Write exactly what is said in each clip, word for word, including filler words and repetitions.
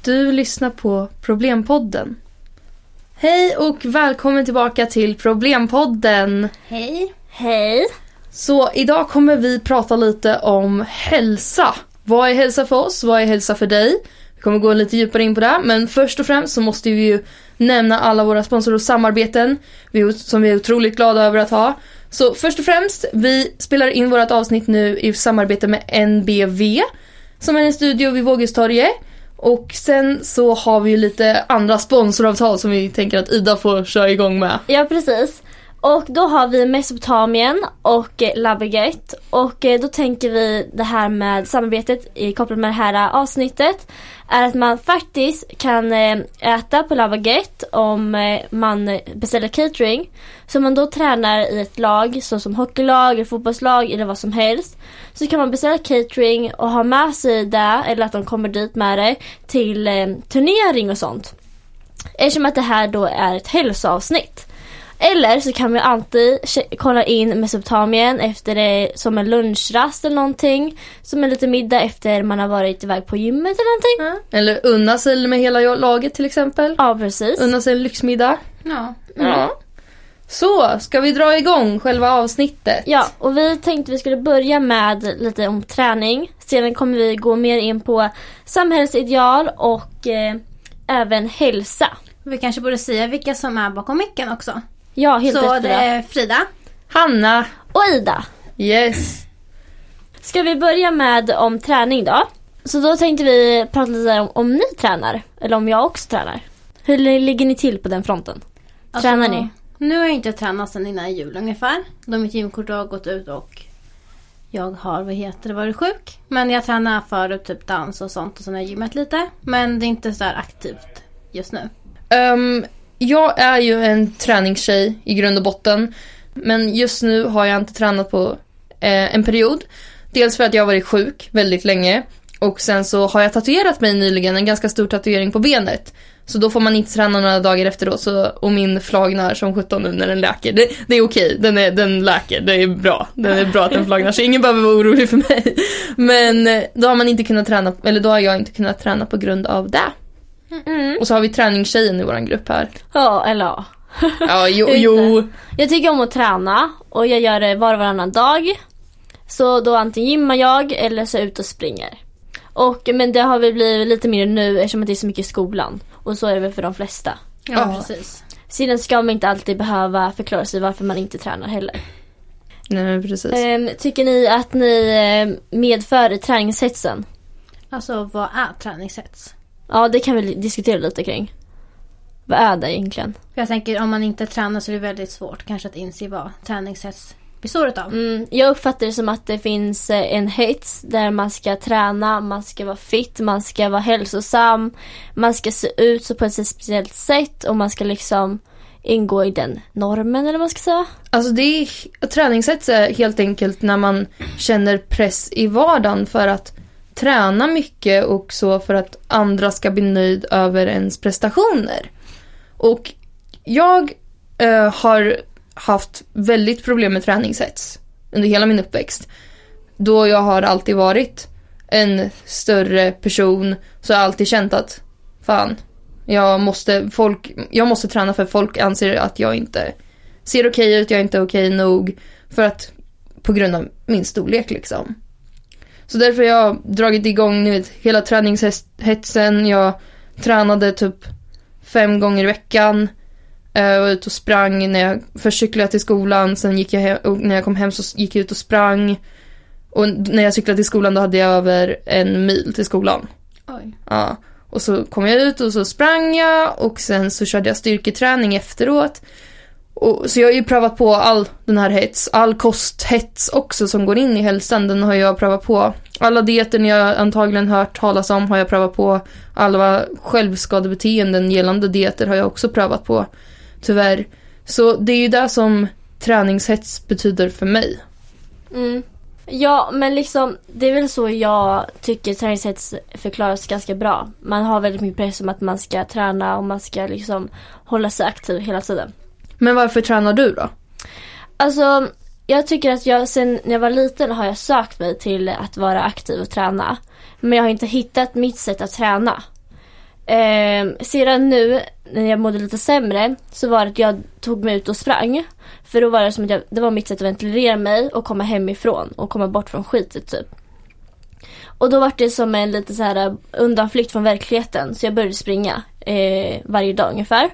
Du lyssnar på Problempodden. Hej och välkommen tillbaka till Problempodden. Hej. Hej. Så idag kommer vi prata lite om hälsa. Vad är hälsa för oss? Vad är hälsa för dig? Vi kommer gå lite djupare in på det. Men först och främst så måste vi ju nämna alla våra sponsorer och samarbeten som vi är otroligt glada över att ha. Så först och främst, vi spelar in vårt avsnitt nu i samarbete med N B V som är en studio vid Vågestorget. Och sen så har vi ju lite andra sponsoravtal som vi tänker att Ida får köra igång med. Ja, precis. Och då har vi Mesopotamien och Labaget. Och då tänker vi det här med samarbetet kopplat med det här avsnittet är att man faktiskt kan äta på Labaget om man beställer catering. Så om man då tränar i ett lag, så som hockeylag eller fotbollslag eller vad som helst, så kan man beställa catering och ha med sig det, eller att de kommer dit med det, till turnering och sånt. Eftersom att det här då är ett hälsoavsnitt. Eller så kan vi alltid kolla in Mesopotamien efter det som en lunchrast eller någonting. Som en liten middag efter man har varit iväg på gymmet eller någonting. Ja. Eller unna sig med hela laget till exempel. Ja, precis. Unna sig en lyxmiddag. Ja. Mm. Ja. Så, ska vi dra igång själva avsnittet? Ja, och vi tänkte vi skulle börja med lite om träning. Sedan kommer vi gå mer in på samhällsideal och eh, även hälsa. Vi kanske borde säga vilka som är bakom micken också. Ja, helt Så rätt. det är Frida, Hanna och Ida. Yes. Ska vi börja med om träning då? Så då tänkte vi prata lite om om ni tränar. Eller om jag också tränar. Hur ligger ni till på den fronten? alltså, Tränar ni? Nu har jag inte tränat sedan innan jul ungefär. Då mitt gymkort har gått ut och jag har, vad heter det, varit sjuk. Men jag tränar förut typ dans och sånt och så har jag gymmat lite. Men det är inte så här aktivt just nu. Um, jag är ju en träningstjej i grund och botten. Men just nu har jag inte tränat på eh, en period. Dels för att jag har varit sjuk väldigt länge. Och sen så har jag tatuerat mig nyligen, en ganska stor tatuering på benet. Så då får man inte träna några dagar efteråt. Så, och min flagnar som sjutton nu när den läker. Det, det är okej, den, är, den läker, det är bra. Den är bra att den flagnar, så ingen behöver vara orolig för mig. Men då har man inte kunnat träna, eller då har jag inte kunnat träna på grund av det. Mm. Och så har vi träningstjejen i våran grupp här. Ja, eller ja. Ja, jo, jo. Jag tycker om att träna och jag gör det var och varannan dag. Så då antingen gymmar jag eller så ut och springer. Och, men det har väl blivit lite mer nu eftersom det är så mycket i skolan. Och så är det väl för de flesta. Ja, Ja. precis. Sedan ska man inte alltid behöva förklara sig varför man inte tränar heller. Nej, precis. Ehm, tycker ni att ni eh, medför träningshetsen? Alltså, vad är träningshets? Ja, det kan vi diskutera lite kring. Vad är det egentligen? För jag tänker, om man inte tränar så är det väldigt svårt kanske att inse vad träningshets består av. Mm, jag uppfattar det som att det finns eh, en hets där man ska träna, man ska vara fit, man ska vara hälsosam, man ska se ut så på ett speciellt sätt och man ska liksom ingå i den normen eller vad man ska säga. Alltså det är, träningshets är helt enkelt när man känner press i vardagen för att träna mycket och så för att andra ska bli nöjd över ens prestationer. Och jag äh, har haft väldigt problem med träningshets under hela min uppväxt. Då jag har alltid varit en större person så har jag alltid känt att fan, jag måste, folk, jag måste träna för folk anser att jag inte ser okej ut, jag är inte okej nog för att, på grund av min storlek liksom. Så därför har jag dragit igång nu hela träningshetsen. Jag tränade typ fem gånger i veckan. Jag var ute och sprang när jag först cyklade till skolan. Sen gick jag hem, och när jag kom hem så gick jag ut och sprang. Och när jag cyklade till skolan då hade jag över en mil till skolan. Oj. Ja. Och så kom jag ut och så sprang jag. Och sen så körde jag styrketräning efteråt. Och, så jag har ju prövat på all den här hets. All kosthets också som går in i hälsan. Den har jag prövat på. Alla dieter jag antagligen hört talas om har jag prövat på. Alla självskadebeteenden gällande dieter har jag också prövat på. Tyvärr. Så det är ju det som träningshets betyder för mig. Mm. Ja, men liksom det är väl så jag tycker träningshets förklaras ganska bra. Man har väldigt mycket press om att man ska träna och man ska liksom hålla sig aktiv hela tiden. Men varför tränar du då? Alltså, jag tycker att jag sen när jag var liten har jag sökt mig till att vara aktiv och träna. Men jag har inte hittat mitt sätt att träna. Eh, sedan nu när jag mådde lite sämre så var det att jag tog mig ut och sprang. För då var det som att jag, det var mitt sätt att ventilera mig och komma hemifrån och komma bort från skitet typ. Och då var det som en lite så här undanflykt från verkligheten. Så jag började springa eh, varje dag ungefär.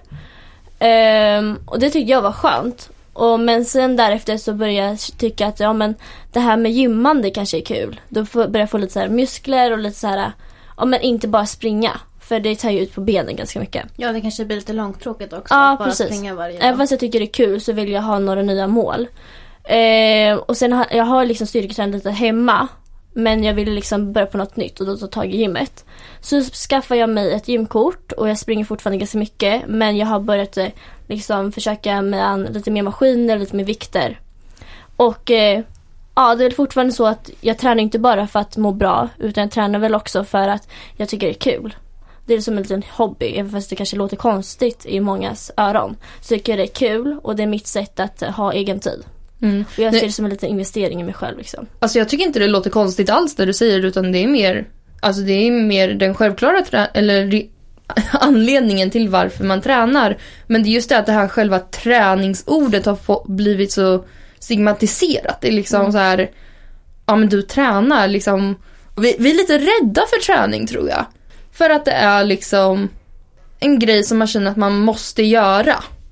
Eh, och det tyckte jag var skönt. Och, men sen därefter så började jag tycka att ja, men det här med gymmande kanske är kul. Då började jag få lite så här muskler och lite så här, ja men inte bara springa. För det tar ju ut på benen ganska mycket. Ja, det kanske blir lite långtråkigt också. Ja, att bara precis. springa varje dag. Även fast jag tycker det är kul så vill jag ha några nya mål. Eh, och sen har jag har liksom styrketränat lite hemma. Men jag ville liksom börja på något nytt och då ta tag i gymmet. Så skaffade jag mig ett gymkort och jag springer fortfarande ganska mycket. Men jag har börjat liksom försöka med lite mer maskiner, lite mer vikter. Och eh, ja, det är fortfarande så att jag tränar inte bara för att må bra. Utan jag tränar väl också för att jag tycker det är kul. Det är som en liten hobby, även fast det kanske låter konstigt i mångas öron. Så tycker jag det är kul och det är mitt sätt att ha egen tid. Mm. Och jag ser det som en liten investering i mig själv liksom. Alltså jag tycker inte det låter konstigt alls det du säger, utan det är mer, alltså det är mer den självklara trä- eller re- anledningen till varför man tränar. Men det är just det att det här själva träningsordet har få- blivit så stigmatiserat. Det är liksom mm. så här, ja men du tränar liksom. Vi, vi är lite rädda för träning tror jag. För att det är liksom en grej som man känner att man måste göra.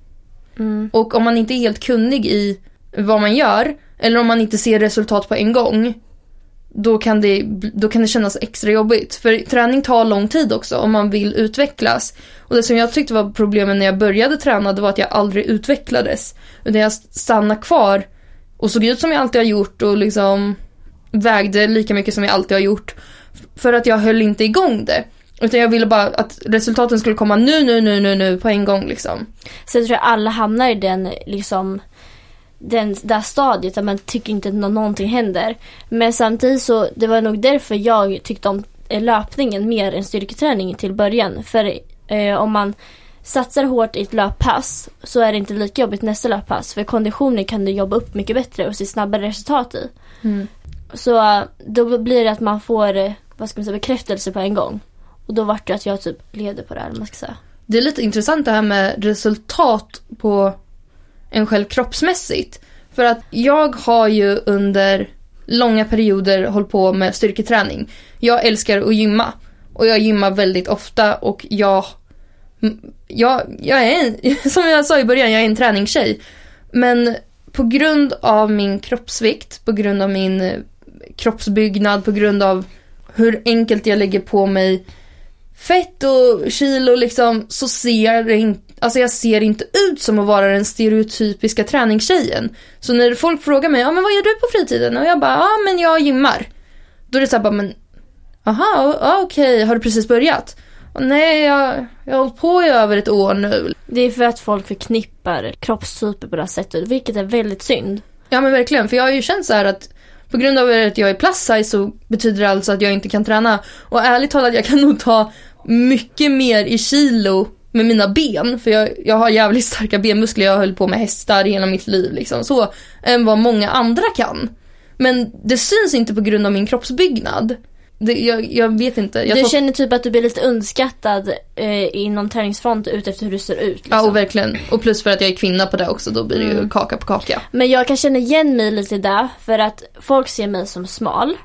Mm. Och om man inte är helt kunnig i vad man gör, eller om man inte ser resultat på en gång, då kan det, då kan det kännas extra jobbigt. För träning tar lång tid också om man vill utvecklas. Och det som jag tyckte var problemet när jag började träna, det var att jag aldrig utvecklades. Utan jag stannade kvar och såg ut som jag alltid har gjort och liksom vägde lika mycket som jag alltid har gjort. För att jag höll inte igång det. Utan jag ville bara att resultaten skulle komma nu, nu, nu, nu, nu på en gång liksom. Så jag tror att alla hamnar i den liksom den där stadiet där man tycker inte att någonting händer. Men samtidigt så det var nog därför jag tyckte om löpningen mer än styrketräning till början. För eh, om man satsar hårt i ett löppass så är det inte lika jobbigt nästa löppass. För konditionen kan du jobba upp mycket bättre och se snabbare resultat i. Mm. Så då blir det att man får vad ska man säga, bekräftelse på en gång. Och då var det att jag typ leder på det här, man ska säga. Det är lite intressant det här med resultat på en själv kroppsmässigt. För att jag har ju under långa perioder hållit på med styrketräning. Jag älskar att gymma. Och jag gymmar väldigt ofta. Och jag, jag, jag är en, som jag sa i början, jag är en träningstjej. Men på grund av min kroppsvikt, på grund av min kroppsbyggnad, på grund av hur enkelt jag lägger på mig fett och kilo liksom, så ser det inte, alltså jag ser inte ut som att vara den stereotypiska träningstjejen. Så när folk frågar mig, ja men vad gör du på fritiden? Och jag bara, ja men jag gymmar. Då är det så här bara, men aha, okej, okay, har du precis börjat? Och nej, jag, jag har hållit på i över ett år nu. Det är för att folk förknippar kroppstyper på det här sättet, vilket är väldigt synd. Ja men verkligen, för jag har ju känt så här att på grund av att jag är plus size så betyder det alltså att jag inte kan träna. Och ärligt talat, jag kan nog ta mycket mer i kilo med mina ben. För jag, jag har jävligt starka benmuskler. Jag har hållit på med hästar hela mitt liv. Liksom, så, än vad många andra kan. Men det syns inte på grund av min kroppsbyggnad. Det, jag, jag vet inte. Jag du tar... känner typ att du blir lite underskattad eh, inom träningsfront ut efter hur du ser ut. Liksom. Ja, och verkligen. Och plus för att jag är kvinna på det också, då blir det mm. ju kaka på kaka. Men jag kan känna igen mig lite där, för att folk ser mig som smal.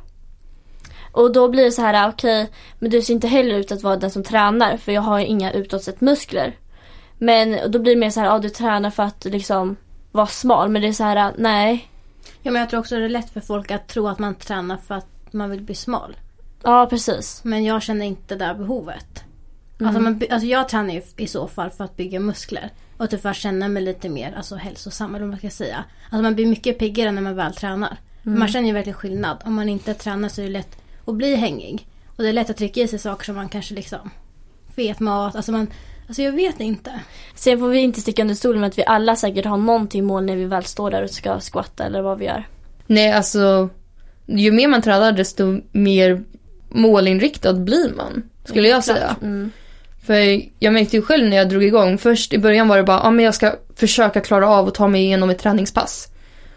Och då blir det så här, okej, okay, men du ser inte heller ut att vara den som tränar, för jag har inga utåt sett muskler. Men då blir det mer så här, ja du tränar för att liksom vara smal, men det är så här, nej. Ja, men jag tror också det är lätt för folk att tro att man tränar för att man vill bli smal. Ja, precis. Men jag känner inte det där behovet. Mm. Alltså, man, alltså jag tränar ju i så fall för att bygga muskler. Och typ för att känna mig lite mer alltså, hälsosam, eller vad man ska säga. Alltså man blir mycket piggare när man väl tränar. Mm. Man känner ju verkligen skillnad. Om man inte tränar så är det lätt att bli hängig. Och det är lätt att trycka i sig saker som man kanske liksom fet mat. Alltså man, alltså jag vet inte. Sen får vi inte sticka under stolen med att vi alla säkert har någonting mål när vi väl står där och ska squatta eller vad vi gör. Nej, alltså ju mer man tränar desto mer målinriktad blir man, skulle mm, jag säga. Mm. För jag märkte ju själv när jag drog igång. Först i början var det bara, ja men jag ska försöka klara av att ta mig igenom ett träningspass.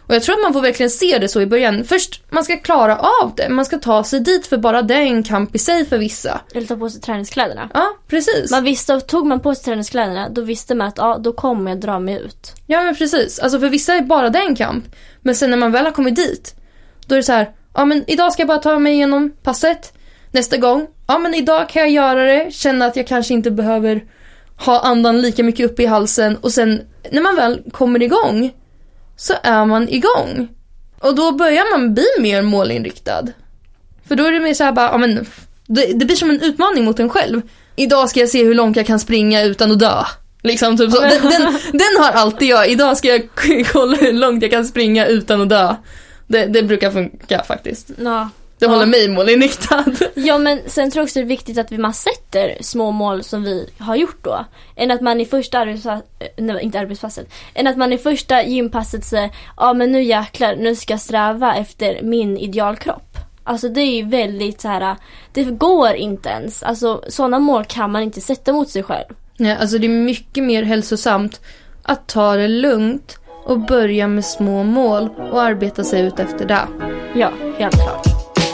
Och jag tror att man får verkligen se det så i början. Först, man ska klara av det. Man ska ta sig dit, för bara det är en kamp i sig för vissa. Eller ta på sig träningskläderna. Ja, precis. Man visste, tog man på sig träningskläderna, då visste man att ja, då kommer jag dra mig ut. Ja, men precis. Alltså för vissa är bara det en kamp. Men sen när man väl har kommit dit, då är det så här, ja men idag ska jag bara ta mig igenom passet. Nästa gång, ja men idag kan jag göra det. Känna att jag kanske inte behöver ha andan lika mycket uppe i halsen. Och sen när man väl kommer igång, så är man igång. Och då börjar man bli mer målinriktad. För då är det mer så här bara, ja men det, det blir som en utmaning mot en själv. Idag ska jag se hur långt jag kan springa utan att dö. Liksom typ så. Den, den, den har alltid jag. Idag ska jag kolla hur långt jag kan springa utan att dö. Det, det brukar funka faktiskt. Ja. Det håller ja. mig målinriktad. Ja, men sen tror jag också det är viktigt att vi man sätter små mål som vi har gjort då. Än att man i första arbetspasset, nej, inte arbetspasset, än att man i första gympasset säger, ja men nu jäklar, nu ska jag sträva efter min idealkropp. Alltså det är ju väldigt så här, det går inte ens. Alltså sådana mål kan man inte sätta mot sig själv. Ja, alltså det är mycket mer hälsosamt att ta det lugnt och börja med små mål och arbeta sig ut efter det. Ja, helt klart.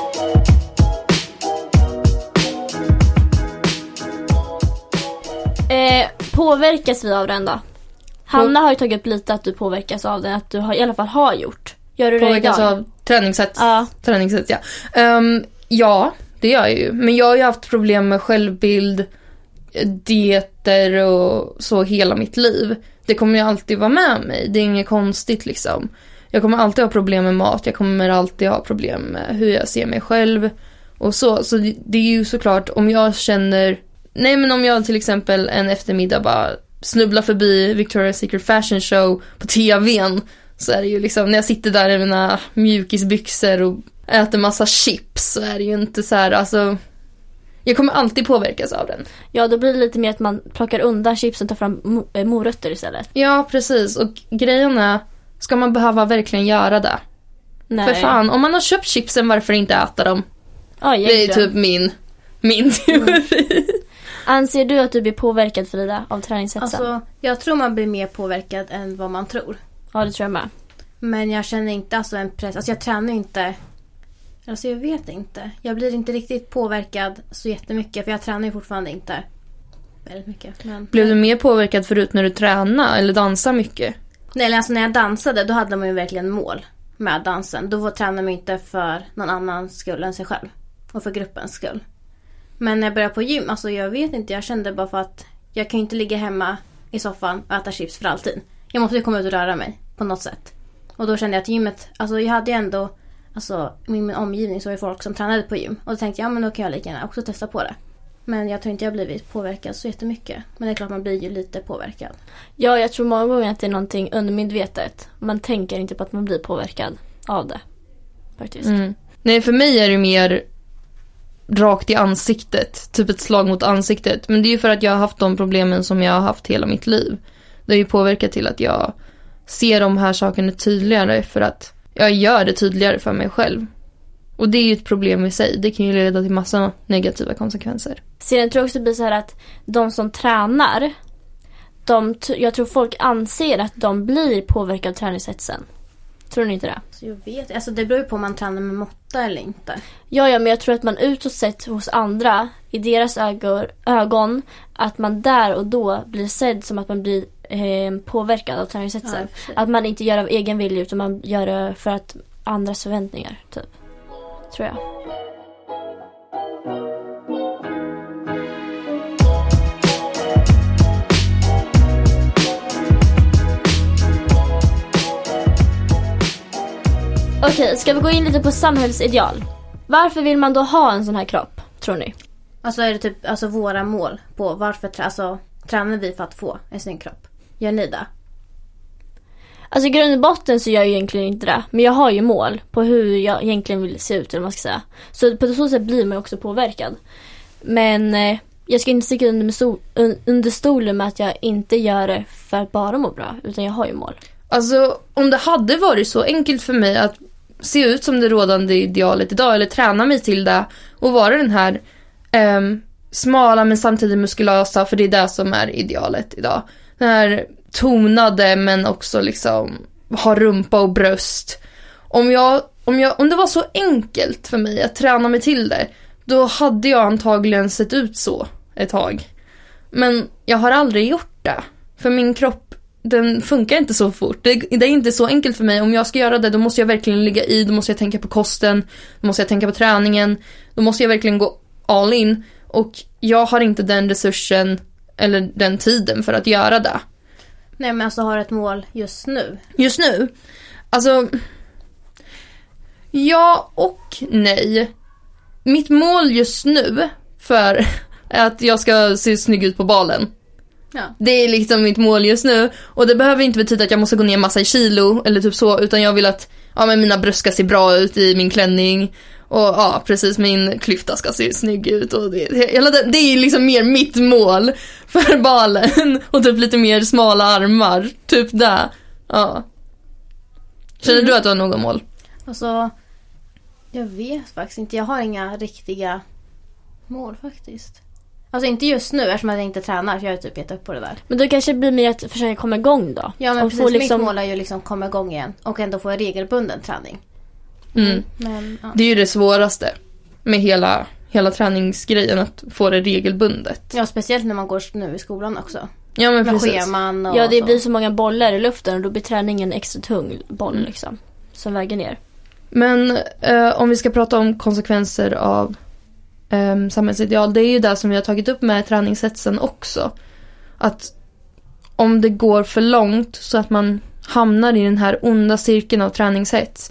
Eh, påverkas vi av den då? Hanna har ju tagit upp lite att du påverkas av den, att du har, i alla fall har gjort. Gör du det påverkas idag? av träningssätt. Ja. Träningssätt, ja. Um, ja, det gör jag ju. Men jag har ju haft problem med självbild, dieter och så hela mitt liv. Det kommer ju alltid vara med mig. Det är inget konstigt liksom. Jag kommer alltid ha problem med mat. Jag kommer alltid ha problem med hur jag ser mig själv. Och så. Så det, det är ju såklart om jag känner... Nej, men om jag till exempel en eftermiddag bara snubblar förbi Victoria's Secret Fashion Show på tvn, så är det ju liksom, när jag sitter där i mina mjukisbyxor och äter massa chips, så är det ju inte så här, alltså jag kommer alltid påverkas av den. Ja, då blir det lite mer att man plockar undan chips och tar fram mo- morötter istället. Ja, precis. Och grejen är, ska man behöva verkligen göra det? Nej. För fan, om man har köpt chipsen, varför inte äta dem? Ja, det är typ min, min teori. Mm. Anser du att du blir påverkad, Frida, av träningshetsen? Alltså, jag tror man blir mer påverkad än vad man tror. Ja, det tror jag med. Men jag känner inte alltså en press. Alltså jag tränar inte. Alltså jag vet inte. Jag blir inte riktigt påverkad så jättemycket. För jag tränar ju fortfarande inte väldigt mycket. Men... Blev du mer påverkad förut när du tränade eller dansade mycket? Nej, alltså när jag dansade, då hade man ju verkligen mål med dansen. Då tränade man inte för någon annan skull än sig själv. Och för gruppens skull. Men när jag började på gym, alltså jag vet inte, jag kände bara för att jag kan ju inte ligga hemma i soffan och äta chips för alltid. Jag måste ju komma ut och röra mig på något sätt. Och då kände jag att gymmet, alltså jag hade ju ändå, alltså i min omgivning så var det folk som tränade på gym. Och då tänkte jag, ja men då kan jag lika gärna också testa på det. Men jag tror inte jag blivit påverkad så jättemycket. Men det är klart man blir ju lite påverkad. Ja, jag tror många gånger att det är någonting undermedvetet. Man tänker inte på att man blir påverkad av det. Faktiskt. Mm. Nej, för mig är det mer rakt i ansiktet. Typ ett slag mot ansiktet. Men det är ju för att jag har haft de problemen som jag har haft hela mitt liv. Det har ju påverkat till att jag ser de här sakerna tydligare. För att jag gör det tydligare för mig själv. Och det är ju ett problem i sig. Det kan ju leda till massa negativa konsekvenser. Sen jag tror också det blir så här att de som tränar, de, jag tror folk anser att de blir påverkade av träningshetsen. Tror ni inte det? Så jag vet, alltså det beror ju på om man tränar med måtta eller inte. Ja, ja, men jag tror att man utåt sett hos andra, i deras ögon, ögon att man där och då blir sedd som att man blir eh, påverkad av träningshetsen. Ja, att man inte gör av egen vilja utan man gör det för att andras förväntningar, typ. Tror jag. Okej, ska vi gå in lite på samhällsideal? Varför vill man då ha en sån här kropp, tror ni? Alltså är det typ alltså våra mål på varför trä- alltså, tränar vi för att få en snygg kropp? Gör ni det? Alltså i grund och botten så gör jag egentligen inte det. Men jag har ju mål på hur jag egentligen vill se ut, eller vad man ska säga. Så på så sätt blir man också påverkad. Men eh, jag ska inte sticka under, med stol, under stolen med att jag inte gör det för att bara må bra. Utan jag har ju mål. Alltså om det hade varit så enkelt för mig att se ut som det rådande idealet idag, eller träna mig till det och vara den här eh, smala men samtidigt muskulösa, för det är det som är idealet idag. Den här tonade men också liksom ha rumpa och bröst. Om, jag, om, jag, om det var så enkelt för mig att träna mig till det, då hade jag antagligen sett ut så ett tag. Men jag har aldrig gjort det. För min kropp, den funkar inte så fort. Det, det är inte så enkelt för mig. Om jag ska göra det, då måste jag verkligen ligga i. Då måste jag tänka på kosten. Då måste jag tänka på träningen. Då måste jag verkligen gå all in. Och jag har inte den resursen eller den tiden för att göra det. Nej, men alltså har du ett mål just nu? Just nu? Alltså, ja och nej. Mitt mål just nu för att jag ska se snygg ut på balen. Ja. Det är liksom mitt mål just nu. Och det behöver inte betyda att jag måste gå ner massa i kilo eller typ så. Utan jag vill att ja, men mina bröst ska se bra ut i min klänning. Och ja, precis, min klyfta ska se snygg ut. Och det, det, det är liksom mer mitt mål för balen. Och typ lite mer smala armar. Typ där. Ja. Känner Mm. du att du har någon mål? Alltså, jag vet faktiskt inte. Jag har inga riktiga mål faktiskt. Alltså inte just nu eftersom jag inte tränar. För jag har typ gett upp på det där. Men då kanske det blir mer att försöka komma igång då. Ja, men och precis. få liksom... Mitt mål är ju liksom komma igång igen. Och ändå få en regelbunden träning. Mm. Men, ja. Det är ju det svåraste med hela, hela träningsgrejen, att få det regelbundet. Ja, speciellt när man går nu i skolan också. Ja, men Med precis. scheman och Ja, det så. blir så många bollar i luften och då blir träningen extra tung boll Mm. liksom. Som väger ner. Men eh, om vi ska prata om konsekvenser av eh, samhällsideal, det är ju det som vi har tagit upp med träningshetsen också. Att om det går för långt så att man hamnar i den här onda cirkeln av träningshets,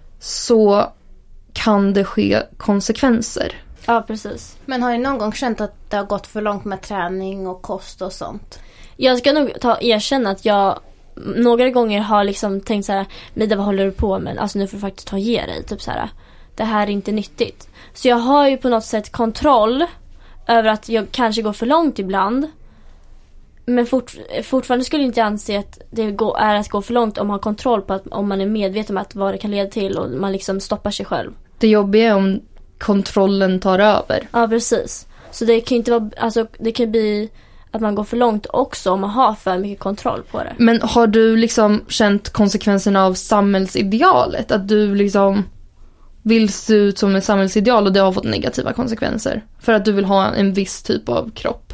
så kan det ske konsekvenser. Ja, precis. Men har ni någon gång känt att det har gått för långt med träning och kost och sånt? Jag ska nog ta, erkänna att jag några gånger har liksom tänkt så här: Mida, vad håller du på med? Alltså nu får du faktiskt ta och ge dig. Typ så här, det här är inte nyttigt. Så jag har ju på något sätt kontroll över att jag kanske går för långt ibland. Men fort, fortfarande skulle inte jag anse att det går, är att gå för långt om man har kontroll på att, om man är medveten om att vad det kan leda till och man liksom stoppar sig själv. Det jobbiga är om kontrollen tar över. Ja, precis. Så det kan ju inte vara, alltså det kan bli att man går för långt också om man har för mycket kontroll på det. Men har du liksom känt konsekvenserna av samhällsidealet? Att du liksom vill se ut som ett samhällsideal och det har fått negativa konsekvenser? För att du vill ha en viss typ av kropp?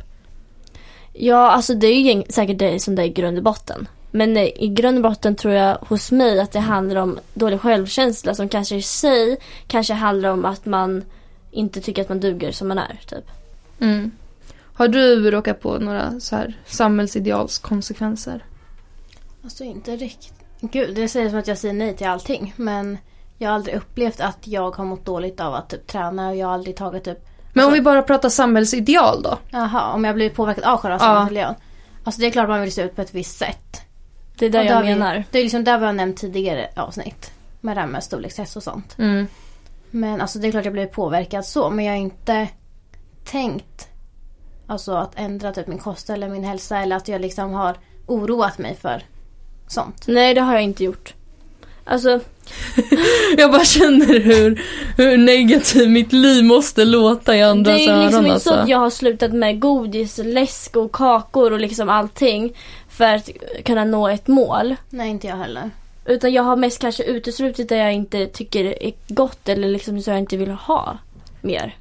Ja, alltså det är ju säkert det som det är i grund och botten. Men i grund och botten tror jag hos mig att det handlar om dålig självkänsla som kanske i sig kanske handlar om att man inte tycker att man duger som man är, typ. Mm. Har du råkat på några så här samhällsidealskonsekvenser? Alltså inte riktigt. Gud, det säger som att jag säger nej till allting. Men jag har aldrig upplevt att jag har mått dåligt av att typ träna. Och jag har aldrig tagit typ... Men om alltså, vi bara pratar samhällsideal då? Jaha, om jag blir påverkad av själva Ja. samhällsideal. Alltså det är klart man vill se ut på ett visst sätt. Det är det Och jag där vi- menar. Det är liksom där vi har nämnt tidigare avsnitt. Med det här med storlekshets och sånt. Mm. Men alltså det är klart jag blir påverkad så. Men jag har inte tänkt alltså att ändra typ min kost eller min hälsa. Eller att jag liksom har oroat mig för sånt. Nej, det har jag inte gjort. Alltså, Jag bara känner hur, hur negativ mitt liv måste låta i andras det är öron. liksom inte alltså. så att jag har slutat med godis, läsk och kakor och liksom allting för att kunna nå ett mål. Nej, inte jag heller. Utan jag har mest kanske uteslutit det jag inte tycker är gott eller liksom så jag inte vill ha mer.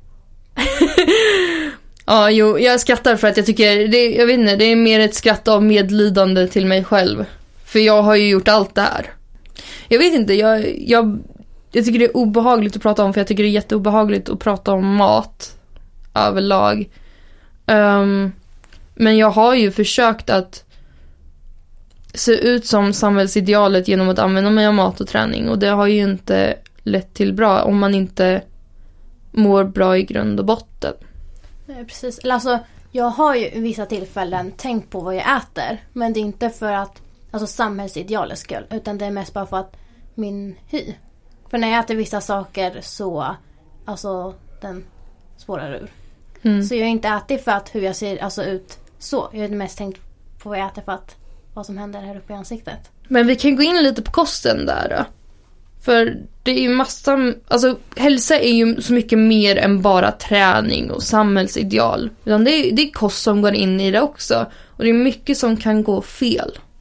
Ja, jo, jag skrattar för att jag tycker, det, jag vet inte, det är mer ett skratt av medlidande till mig själv. För jag har ju gjort allt det här. Jag vet inte, jag, jag, jag tycker det är obehagligt att prata om, för jag tycker det är jätteobehagligt att prata om mat överlag. Um, men jag har ju försökt att se ut som samhällsidealet genom att använda mig av mat och träning. Och det har ju inte lett till bra om man inte mår bra i grund och botten. Nej, precis. Eller alltså, jag har ju i vissa tillfällen tänkt på vad jag äter. Men det är inte för att alltså samhällsidealets skull. Utan det är mest bara för att min hy. För när jag äter vissa saker så alltså den spårar ur. Mm. Så jag har inte ätit för att hur jag ser alltså ut så. Jag har mest tänkt på vad jag äter för att vad som händer här uppe i ansiktet. Men vi kan gå in lite på kosten där då. För det är ju massa, alltså hälsa är ju så mycket mer än bara träning och samhällsideal. Utan det är, det är kost som går in i det också. Och det är mycket som kan gå fel.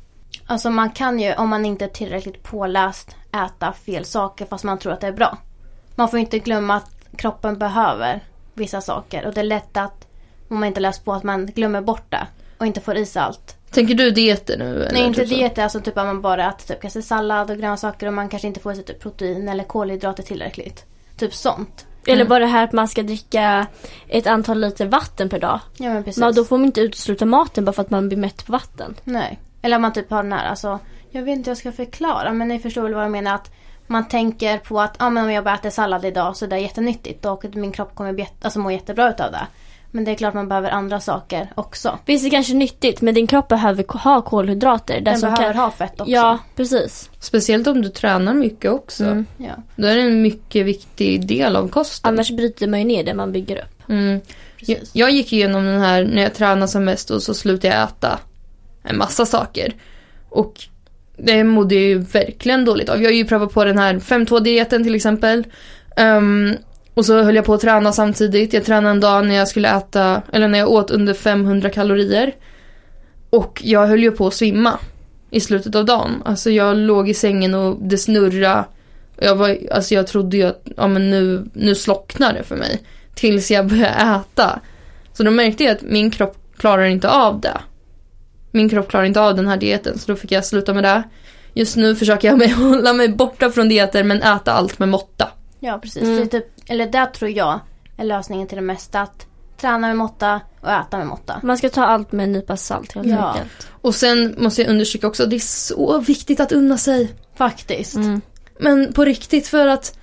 Alltså man kan ju, om man inte är tillräckligt påläst, äta fel saker fast man tror att det är bra. Man får inte glömma att kroppen behöver vissa saker. Och det är lätt att, om man inte läst på, att man glömmer bort det och inte får i sig allt. Tänker du dieter nu? Eller Nej, inte typ dieter. Alltså typ att man bara äter typ kanske sallad och grönsaker och man kanske inte får i sig typ protein eller kolhydrater tillräckligt. Typ sånt. Eller Mm. bara det här att man ska dricka ett antal liter vatten per dag. Ja, men precis. Men då får man inte utesluta maten bara för att man blir mätt på vatten. Nej. Eller om man typ har den här, alltså, jag vet inte hur jag ska förklara, men ni förstår väl vad jag menar, att man tänker på att ah, men om jag bara äter sallad idag så det är jättenyttigt och min kropp kommer bli, alltså, må jättebra utav det. Men det är klart man behöver andra saker också. Visst, det är kanske nyttigt, men din kropp behöver ha kolhydrater. Den som behöver kan... ha fett också. Ja, precis. Speciellt om du tränar mycket också. Mm. Ja. Då är det en mycket viktig del av kosten. Annars bryter man ju ner det man bygger upp. Mm. Jag, Precis. jag gick igenom den här när jag tränade som mest och så slutade jag äta en massa saker. Och det mådde jag ju verkligen dåligt av. Jag har ju prövat på den här fem två-dieten till exempel. Um, och så höll jag på att träna samtidigt. Jag tränade en dag när jag skulle äta, eller när jag åt under femhundra kalorier. Och jag höll ju på att svimma i slutet av dagen. Alltså jag låg i sängen och det snurrade. Jag, var, alltså jag trodde ju att ja, men nu, nu slocknar det för mig. Tills jag började äta. Så då märkte jag att min kropp klarar inte av det. Min kropp klarar inte av den här dieten. Så då fick jag sluta med det. Just nu försöker jag hålla mig borta från dieter, men äta allt med måtta. Ja, precis. Mm. Det är typ, eller där tror jag är lösningen till det mesta. Att träna med måtta och äta med måtta. Man ska ta allt med en nypa salt helt Ja. enkelt. Och sen måste jag undersöka också, det är så viktigt att unna sig. Faktiskt. Mm. Men på riktigt, för att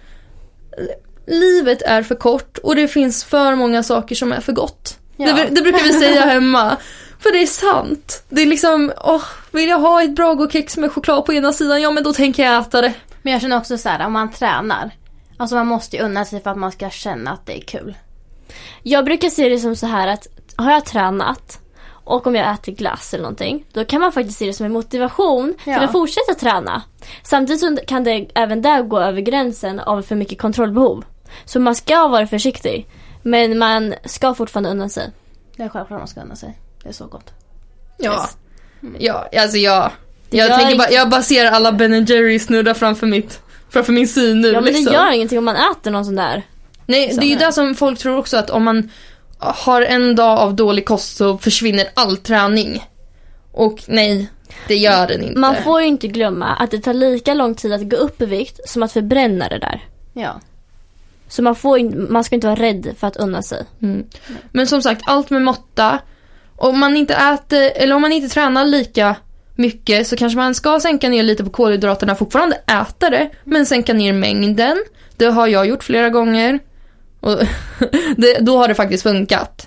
livet är för kort och det finns för många saker som är för gott. Ja. Det, det brukar vi säga hemma. För det är sant. Det är liksom, åh, vill jag ha ett Brago-kex med choklad på ena sidan, ja men då tänker jag äta det. Men jag känner också så här, om man tränar, alltså man måste ju unna sig för att man ska känna att det är kul. Jag brukar se det som så här att har jag tränat och om jag äter glass eller någonting, då kan man faktiskt se det som en motivation Ja. till att fortsätta träna. Samtidigt så kan det även där gå över gränsen av för mycket kontrollbehov. Så man ska vara försiktig, men man ska fortfarande unna sig. Det är självklart man ska unna sig. Det är så gott. Ja, Yes. ja alltså jag, jag, gör tänker bara, inte- jag bara ser alla Ben and Jerry snurra framför mitt, framför min syn nu. Ja, men liksom. det gör ingenting om man äter någon sån där. Nej, det är ju det som folk tror också, att om man har en dag av dålig kost så försvinner all träning. Och nej, det gör den inte. Man får ju inte glömma att det tar lika lång tid att gå upp i vikt som att förbränna det där. Ja. Så man, får in, man ska inte vara rädd för att unna sig. Mm. Men som sagt, allt med måtta. Om man inte äter, eller om man inte tränar lika mycket, så kanske man ska sänka ner lite på kolhydraterna, fortfarande äta det, men sänka ner mängden. Det har jag gjort flera gånger. Och det, då har det faktiskt funkat.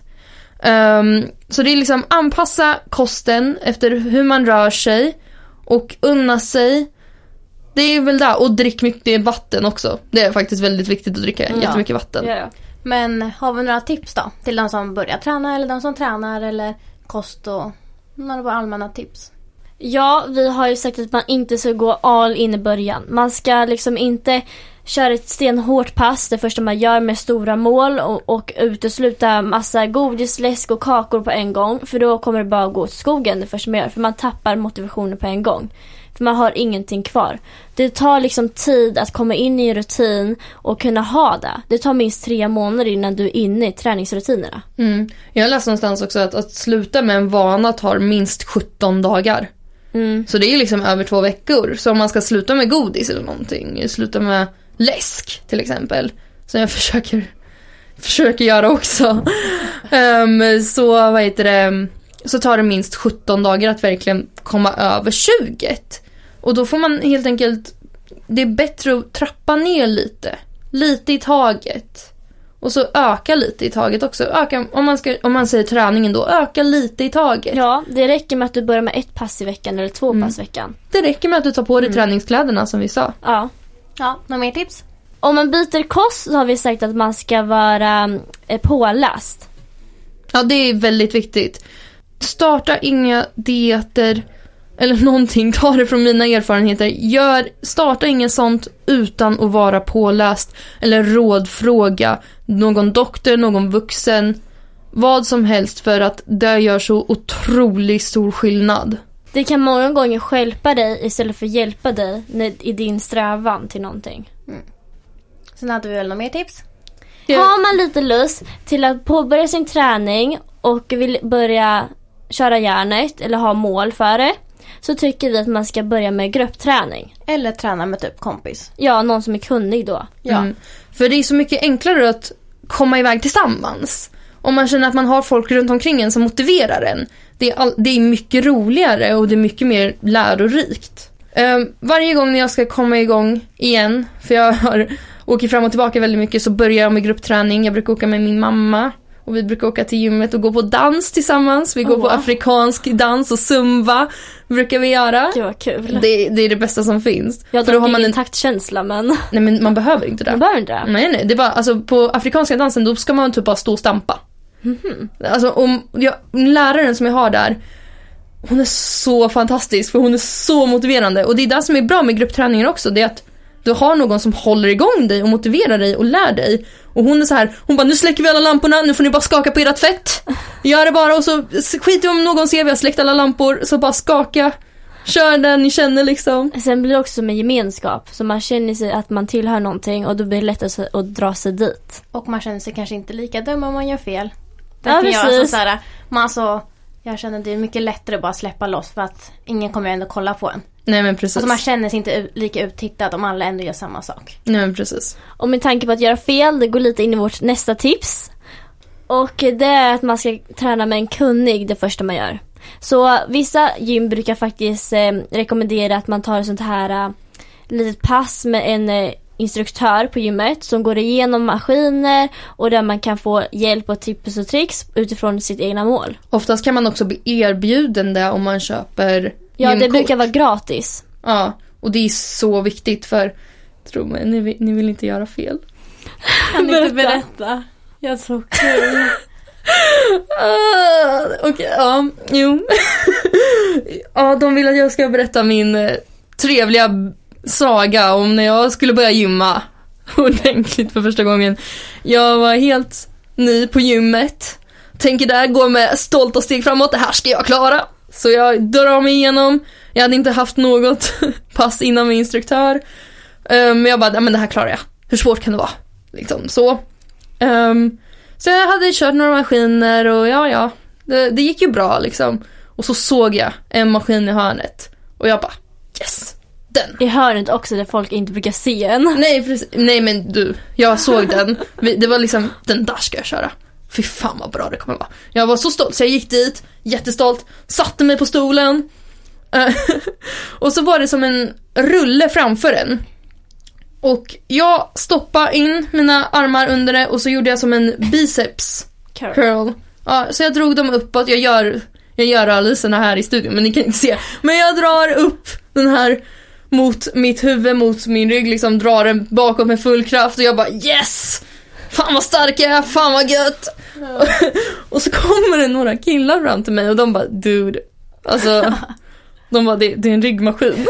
Um, så det är liksom anpassa kosten efter hur man rör sig och unna sig. Det är väl där. Och drick mycket vatten också. Det är faktiskt väldigt viktigt att dricka Ja. jättemycket vatten. Ja, ja. Men har vi några tips då? Till de som börjar träna eller de som tränar eller kost och några bara allmänna tips. Ja, vi har ju sagt att man inte ska gå all in i början. Man ska liksom inte köra ett stenhårt pass det första man gör med stora mål och, och utesluta massa godis, läsk och kakor på en gång. För då kommer det bara gå åt skogen det första man gör. För man tappar motivationen på en gång. För man har ingenting kvar. Det tar liksom tid att komma in i rutin och kunna ha det. Det tar minst tre månader innan du är inne i träningsrutinerna. Mm. Jag läste någonstans också att, att sluta med en vana tar minst sjutton dagar. Mm. Så det är liksom över två veckor. Så om man ska sluta med godis eller någonting, sluta med läsk till exempel, som jag försöker försöker göra också. um, så vad heter det, så tar det minst sjutton dagar att verkligen komma över tjugo. Och då får man helt enkelt, det är bättre att trappa ner lite, lite i taget. Och så öka lite i taget också. Öka, om man ska, om man säger träningen då, öka lite i taget. Ja, det räcker med att du börjar med ett pass i veckan eller två Mm. pass i veckan. Det räcker med att du tar på dig träningskläderna som vi sa. Ja. Ja, några mer tips? Om man byter kost så har vi sagt att man ska vara eh, påläst. Ja, det är väldigt viktigt. Starta inga dieter eller någonting, ta det från mina erfarenheter. Gör, starta inget sånt utan att vara påläst eller rådfråga någon doktor, någon vuxen, vad som helst, för att det gör så otroligt stor skillnad. det kan många gånger stjälpa dig istället för hjälpa dig i din strävan till någonting. Mm. Sen hade vi väl några mer tips? Ja. Har man lite lust till att påbörja sin träning och vill börja köra järnet eller ha mål för det, så tycker vi att man ska börja med gruppträning. Eller träna med typ kompis. Ja, någon som är kunnig då. Ja. Mm. För det är så mycket enklare att komma iväg tillsammans. Om man känner att man har folk runt omkring en som motiverar en. Det är, all, det är mycket roligare och det är mycket mer lärorikt. Um, varje gång när jag ska komma igång igen, för jag har, åker fram och tillbaka väldigt mycket, så börjar jag med gruppträning. Jag brukar åka med min mamma. Och vi brukar åka till gymmet och gå på dans tillsammans. Vi går oh, på afrikansk dans och zumba. Brukar vi göra. Det var kul. Det, det är det bästa som finns. Jag har ingen en taktkänsla, men... Nej, men man behöver inte det. Man behöver inte det. Nej, nej. Det är bara, alltså, på afrikanska dansen då ska man typ bara stå och stampa. Mm-hmm. Alltså, om jag, läraren som jag har där, hon är så fantastisk. För hon är så motiverande. Och det är det som är bra med gruppträningen också. Det är att du har någon som håller igång dig och motiverar dig och lär dig. Och hon är så här, hon bara, nu släcker vi alla lamporna, nu får ni bara skaka på ert fett. Gör det bara, och så skit om någon ser vi har släckt alla lampor, så bara skaka. Kör den ni känner liksom. Sen blir det också med gemenskap, så man känner sig att man tillhör någonting och då blir det lättare att dra sig dit. Och man känner sig kanske inte lika dum om man gör fel. Det ja, kan precis. göra så här, man så, jag känner att det är mycket lättare att bara släppa loss för att ingen kommer ändå kolla på en. Nej, men precis. Alltså man känner sig inte lika uttittad om alla ändå gör samma sak. Nej, men precis. Och med tanke på att göra fel, det går lite in i vårt nästa tips. Och det är att man ska träna med en kunnig det första man gör. Så vissa gym brukar faktiskt eh, rekommendera att man tar ett sånt här eh, litet pass med en eh, instruktör på gymmet som går igenom maskiner och där man kan få hjälp och tips och tricks utifrån sitt egna mål. Oftast kan man också bli erbjuden det om man köper Ja, gymkort. Det brukar vara gratis. Ja, och det är så viktigt för, tro mig, ni vill, ni vill inte göra fel. Kan ni inte berätta? Jag tror kul. uh, Okej, okay, ja, jo. Ja, de vill att jag ska berätta min eh, trevliga saga om när jag skulle börja gymma ordentligt för första gången. Jag var helt ny på gymmet. Tänker där, går med stolta steg framåt. Det här ska jag klara. Så jag drar mig igenom. Jag hade inte haft något pass innan med instruktör. Men um, jag bara, men det här klarar jag. Hur svårt kan det vara? Liksom så. Um, så jag hade kört några maskiner och ja, ja. Det, det gick ju bra liksom. Och så såg jag en maskin i hörnet. Och jag bara, yes, den. I hörnet också där folk inte brukar se en. Nej, precis. Nej, men du, jag såg den. Det var liksom, den där ska jag köra. Fy fan vad bra det kommer vara. Jag var så stolt så jag gick dit, jättestolt, satte mig på stolen. Och så var det som en rulle framför en. Och jag stoppade in mina armar under det och så gjorde jag som en biceps curl. curl. Ja, så jag drog dem uppåt. Jag gör, jag gör rörelserna här i studion, men ni kan inte se. Men jag drar upp den här mot mitt huvud, mot min rygg, liksom drar den bakåt med full kraft. Och jag bara, yes! Fan vad stark jag är, fan vad gött! Ja. Och så kommer det några killar fram till mig och de bara, dude, alltså, de bara, det, det är en ryggmaskin.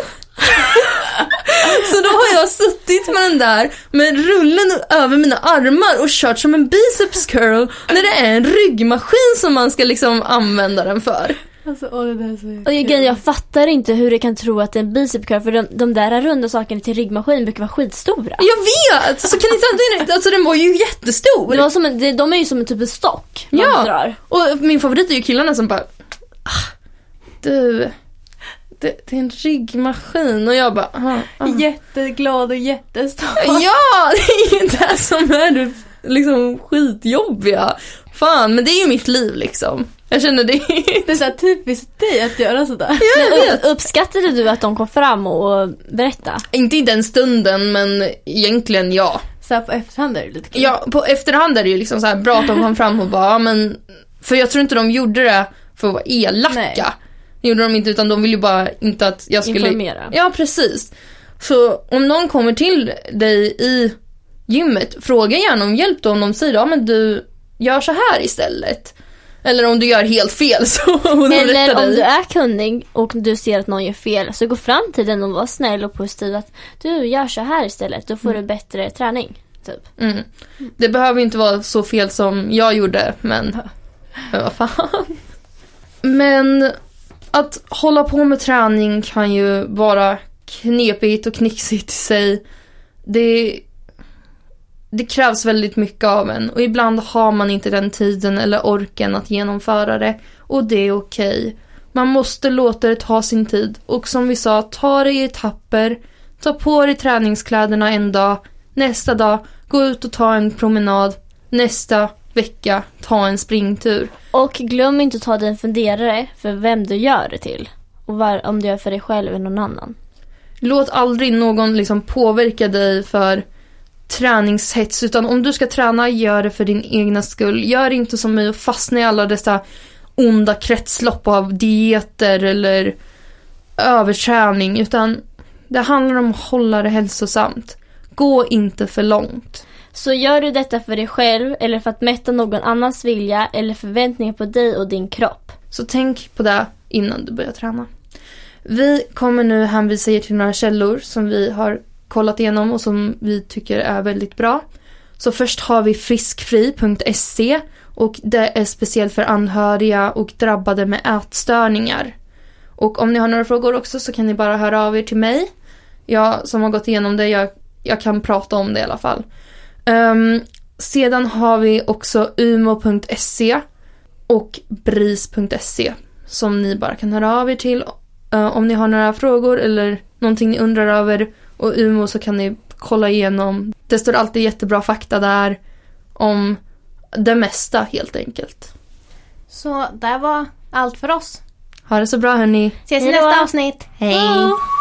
Så då har jag suttit med den där med rullen över mina armar och kört som en biceps curl när det är en ryggmaskin som man ska liksom använda den för. Alltså, åh, det där är så och jag, jag fattar inte hur det kan tro att det är en biceps curl, för de, de där runda sakerna till ryggmaskin brukar vara skitstora. Jag vet! Så kan inte, alltså den var ju jättestor. Det var som en, det, de är ju som en typ av stock man ja, drar. Och min favorit är ju killarna som bara, ah, du... Det, det är en ryggmaskin. Och jag bara ah, ah. Jätteglad och jättestolt. Ja, det är ju det som är det liksom skitjobbiga. Fan, men det är ju mitt liv liksom. Jag känner det. Det är så här typiskt dig att göra sådär. Ja, jag vet. Uppskattade du att de kom fram och berättade? Inte i den stunden, men egentligen ja. Så här på efterhand är det lite kul. Ja, på efterhand är det ju liksom så här bra att de kom fram och bara, men för jag tror inte de gjorde det för att vara elaka. Nej. Gjorde de inte, utan de ville ju bara inte att jag skulle informera. Ja, precis. Så om någon kommer till dig i gymmet, fråga gärna om hjälp då, om de säger, ja men du gör så här istället. Eller om du gör helt fel så eller om dig. Du är kunnig och du ser att någon gör fel, så gå fram till den och var snäll och positiv att du gör så här istället, då får mm. du bättre träning typ. Mm. Det behöver inte vara så fel som jag gjorde, men men vad fan. Men att hålla på med träning kan ju vara knepigt och knixigt i sig. Det, det krävs väldigt mycket av en. Och ibland har man inte den tiden eller orken att genomföra det. Och det är okej. Man måste låta det ta sin tid. Och som vi sa, ta det i etapper. Ta på dig träningskläderna en dag. Nästa dag, gå ut och ta en promenad. Nästa vecka, ta en springtur. Och glöm inte att ta dig en funderare för vem du gör det till. Och var, om du gör för dig själv eller någon annan. Låt aldrig någon liksom påverka dig för träningshets. Utan om du ska träna, gör det för din egna skull. Gör inte som mig och fastna i alla dessa onda kretslopp av dieter eller överträning. Utan det handlar om att hålla det hälsosamt. Gå inte för långt. Så gör du detta för dig själv eller för att mätta någon annans vilja eller förväntningar på dig och din kropp. Så tänk på det innan du börjar träna. Vi kommer nu hänvisa er till några källor som vi har kollat igenom och som vi tycker är väldigt bra. Så först har vi friskfri punkt se och det är speciellt för anhöriga och drabbade med ätstörningar. Och om ni har några frågor också så kan ni bara höra av er till mig. Jag som har gått igenom det, jag, jag kan prata om det i alla fall. Um, sedan har vi också umo punkt se och bris punkt se som ni bara kan höra av er till uh, om ni har några frågor eller någonting ni undrar över. Och Umo så kan ni kolla igenom. Det står alltid jättebra fakta där om det mesta helt enkelt. Så det var allt för oss. Ha det så bra hörni. Ses i nästa avsnitt. Hej!